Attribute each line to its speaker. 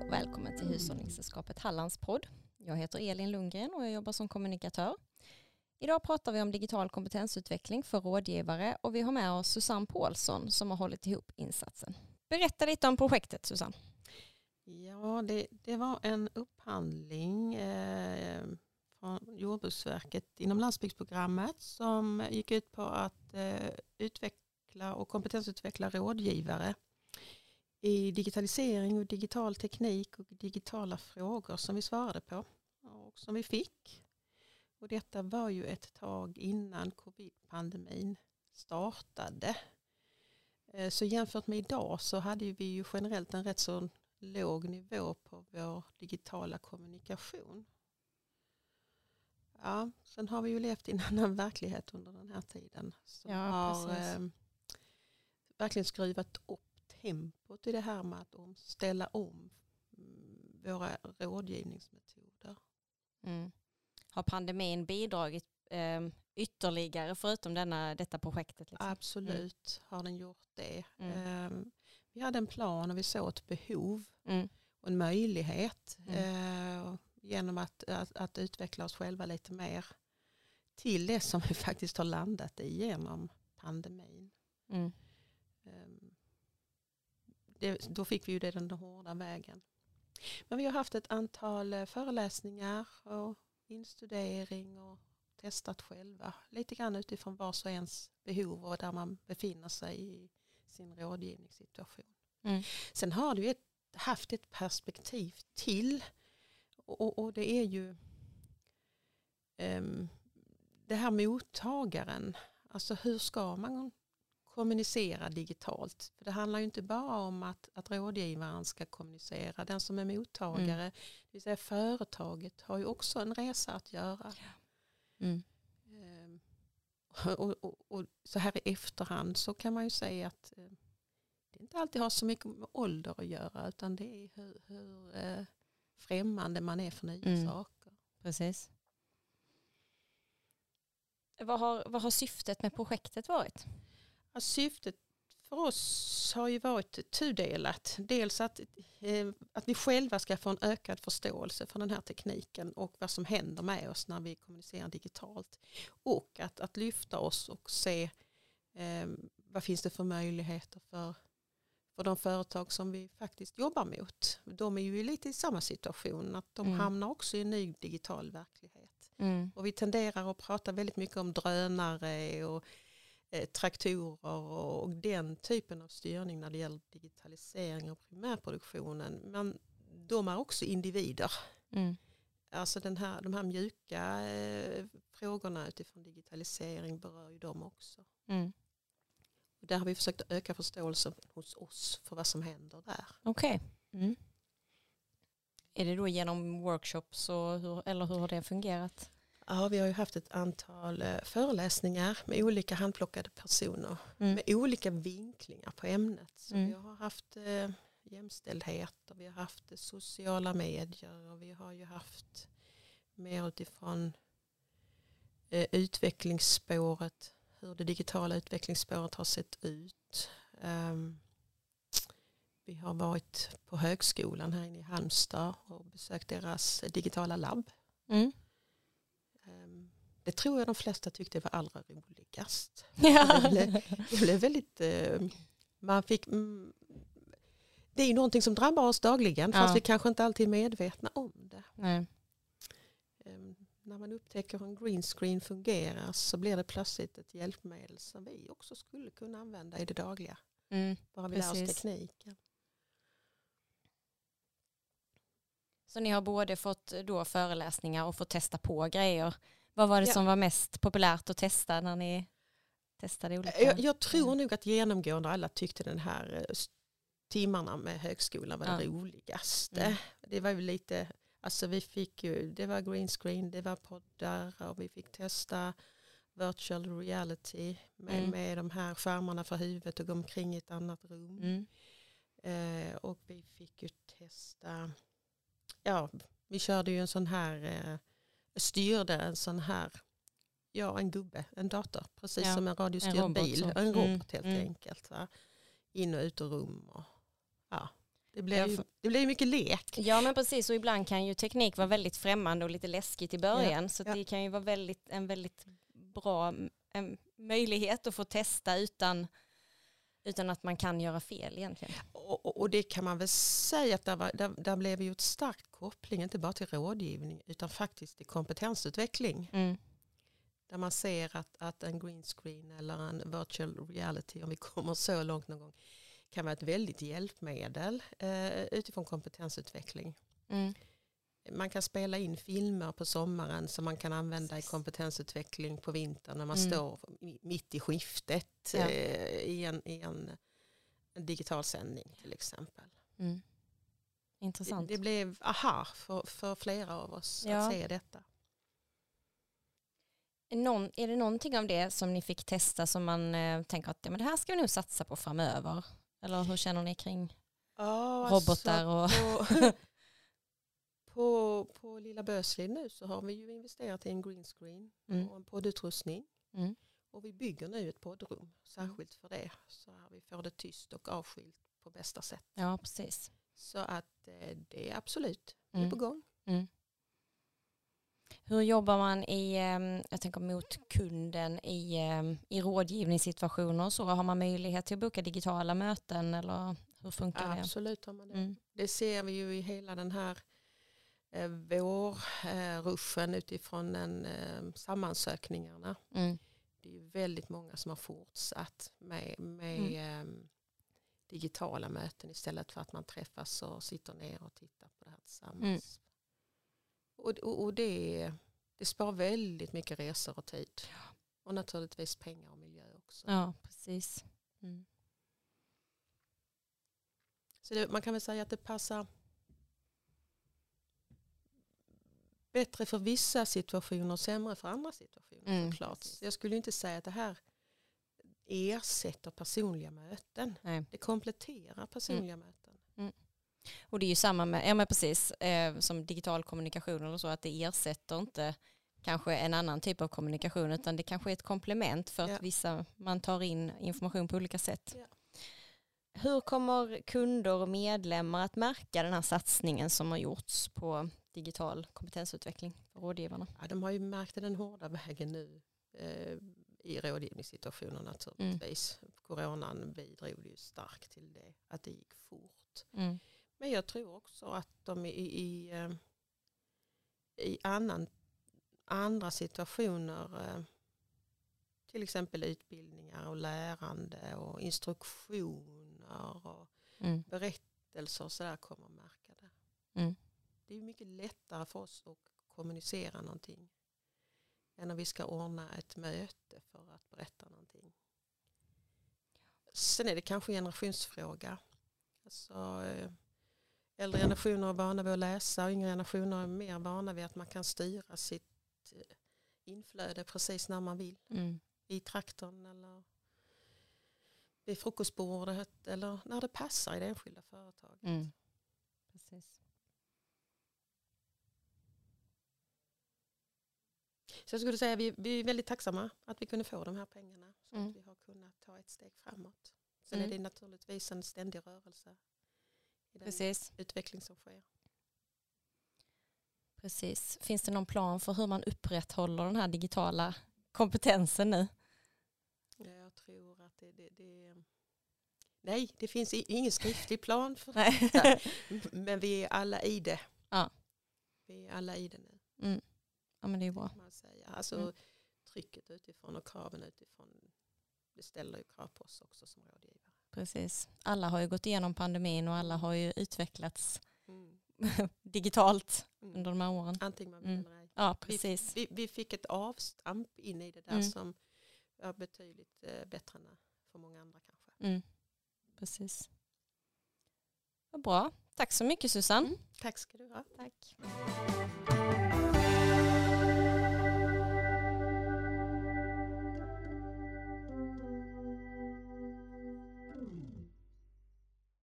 Speaker 1: och välkommen till Hushållningssällskapet Hallands podd. Jag heter Elin Lundgren och jag jobbar som kommunikatör. Idag pratar vi om digital kompetensutveckling för rådgivare och vi har med oss Susanne Paulsson som har hållit ihop insatsen. Berätta lite om projektet, Susanne.
Speaker 2: Ja, det var en upphandling från Jordbruksverket inom landsbygdsprogrammet som gick ut på att utveckla och kompetensutveckla rådgivare i digitalisering och digital teknik och digitala frågor som vi svarade på och som vi fick. Och detta var ju ett tag innan covid-pandemin startade. Så jämfört med idag så hade vi ju generellt en rätt så låg nivå på vår digitala kommunikation. Ja, sen har vi ju levt i en annan verklighet under den här tiden. Som har verkligen skruvat upp tempot i det här med att ställa om våra rådgivningsmetoder.
Speaker 1: Mm. Har pandemin bidragit ytterligare förutom detta projektet? Liksom?
Speaker 2: Absolut har den gjort det. Vi hade en plan och vi såg ett behov och en möjlighet genom att utveckla oss själva lite mer till det som vi faktiskt har landat i genom pandemin. Då fick vi ju den hårda vägen. Men vi har haft ett antal föreläsningar och instudering och testat själva. Lite grann utifrån vars och ens behov och där man befinner sig i sin rådgivningssituation. Sen har du haft ett perspektiv till och det är ju det här mottagaren. Alltså hur ska man kommunicera digitalt? För det handlar ju inte bara om att rådgivaren ska kommunicera. Den som är mottagare, det vill säga företaget, har ju också en resa att göra. Och så här i efterhand så kan man ju säga att det inte alltid har så mycket med ålder att göra, utan det är hur främmande man är för nya saker.
Speaker 1: Precis. Vad har syftet med projektet varit?
Speaker 2: Ja, syftet för oss har ju varit tudelat. Dels att vi själva ska få en ökad förståelse för den här tekniken och vad som händer med oss när vi kommunicerar digitalt. Och att lyfta oss och se vad finns det för möjligheter för de företag som vi faktiskt jobbar mot. De är ju lite i samma situation, att de hamnar också i en ny digital verklighet. Och vi tenderar att prata väldigt mycket om drönare och traktorer och den typen av styrning när det gäller digitalisering och primärproduktionen. Men de är också individer. Alltså de här mjuka frågorna utifrån digitalisering berör ju dem också. Och där har vi försökt öka förståelsen hos oss för vad som händer där.
Speaker 1: Okej. Är det då genom workshops eller hur har det fungerat?
Speaker 2: Ja, vi har ju haft ett antal föreläsningar med olika handplockade personer med olika vinklingar på ämnet. Så vi har haft jämställdhet och vi har haft sociala medier och vi har ju haft mer utifrån utvecklingsspåret, hur det digitala utvecklingsspåret har sett ut. Vi har varit på högskolan här inne i Halmstad och besökt deras digitala labb. Det tror jag de flesta tyckte var allra roligast. Det blev väldigt... det är ju någonting som drabbar oss dagligen fast vi kanske inte alltid är medvetna om det.
Speaker 1: Nej.
Speaker 2: När man upptäcker hur en green screen fungerar så blir det plötsligt ett hjälpmedel som vi också skulle kunna använda i det dagliga. Bara vi lär oss tekniken.
Speaker 1: Så ni har både fått då föreläsningar och fått testa på grejer. Vad var det som var mest populärt att testa när ni testade olika? Jag tror nog att genomgående alla tyckte den här timmarna med högskolan var det roligaste. Det var ju lite, alltså vi fick ju, det var green screen, det var poddar och vi fick testa virtual reality med de här skärmarna för huvudet och gå omkring i ett annat rum. Och vi fick ju testa, vi körde ju en sån här, styrde en sån här, en gubbe, en dator, precis som en radiostyrd bil. En robot helt enkelt. Va? In och ut ur rum. Och,
Speaker 2: Det blir mycket lek.
Speaker 1: Ja, men precis. Och ibland kan ju teknik vara väldigt främmande och lite läskigt i början. Så det kan ju vara en väldigt bra möjlighet att få testa utan att man kan göra fel egentligen.
Speaker 2: Och det kan man väl säga att där blev ju ett starkt koppling, inte bara till rådgivning utan faktiskt till kompetensutveckling. Där man ser att en green screen eller en virtual reality, om vi kommer så långt någon gång, kan vara ett väldigt hjälpmedel utifrån kompetensutveckling. Man kan spela in filmer på sommaren som man kan använda i kompetensutveckling på vintern när man står mitt i skiftet i en digital sändning till exempel.
Speaker 1: Intressant.
Speaker 2: Det blev aha för flera av oss att se detta.
Speaker 1: Är det någonting av det som ni fick testa som man tänker att men det här ska vi nog satsa på framöver? Eller hur känner ni kring robotar?
Speaker 2: På Lilla Böslid nu så har vi ju investerat i en green screen och en poddutrustning. Och vi bygger nu ett poddrum särskilt för det. Så här vi får det tyst och avskilt på bästa sätt.
Speaker 1: Ja, precis.
Speaker 2: Så att det är absolut på gång.
Speaker 1: Hur jobbar man jag tänker mot kunden i rådgivningssituationer? Så har man möjlighet till att boka digitala möten eller hur funkar det?
Speaker 2: Absolut har man det. Det ser vi ju i hela den här vårruschen utifrån sammansökningarna. Det är ju väldigt många som har fortsatt med digitala möten istället för att man träffas och sitter ner och tittar på det här tillsammans. Och det sparar väldigt mycket resor och tid. Och naturligtvis pengar och miljö också.
Speaker 1: Ja, precis.
Speaker 2: Så man kan väl säga att det passar bättre för vissa situationer och sämre för andra situationer såklart. Jag skulle inte säga att det här ersätter personliga möten. Nej. Det kompletterar personliga möten.
Speaker 1: Och det är ju samma med precis, som digital kommunikation eller så, att det ersätter inte kanske en annan typ av kommunikation utan det kanske är ett komplement för att man tar in information på olika sätt. Ja. Hur kommer kunder och medlemmar att märka den här satsningen som har gjorts på digital kompetensutveckling för rådgivarna?
Speaker 2: Ja, de har ju märkt den hårda vägen nu i rådgivningssituationer naturligtvis. Coronan bidrog ju starkt till det, att det gick fort. Men jag tror också att de i andra situationer, till exempel utbildningar och lärande och instruktioner och berättelser och sådär, kommer att märka det. Det är mycket lättare för oss att kommunicera någonting än när vi ska ordna ett möte för att berätta någonting. Sen är det kanske en generationsfråga. Alltså, äldre generationer är vana vid att läsa och yngre generationer är mer vana vid att man kan styra sitt inflöde precis när man vill. I traktorn eller vid frukostbordet eller när det passar i det enskilda företaget.
Speaker 1: Precis.
Speaker 2: Så jag skulle säga att vi är väldigt tacksamma att vi kunde få de här pengarna så att vi har kunnat ta ett steg framåt. Sen är det naturligtvis en ständig rörelse i den utveckling som sker.
Speaker 1: Precis. Finns det någon plan för hur man upprätthåller den här digitala kompetensen nu?
Speaker 2: Jag tror att nej, det finns ingen skriftlig plan för det. Men vi är alla i det.
Speaker 1: Ja.
Speaker 2: Vi är alla i det nu.
Speaker 1: Ja, men det är bra.
Speaker 2: Man säger. Alltså trycket utifrån och kraven utifrån, det ställer ju krav på oss också som rådgivare.
Speaker 1: Precis. Alla har ju gått igenom pandemin och alla har ju utvecklats digitalt under de här åren.
Speaker 2: Antingen man vill eller ej.
Speaker 1: Ja, precis.
Speaker 2: Vi fick ett avstamp in i det där som var betydligt bättre än för många andra kanske.
Speaker 1: Precis. Vad bra. Tack så mycket, Susanne.
Speaker 2: Tack ska du ha.
Speaker 1: Tack.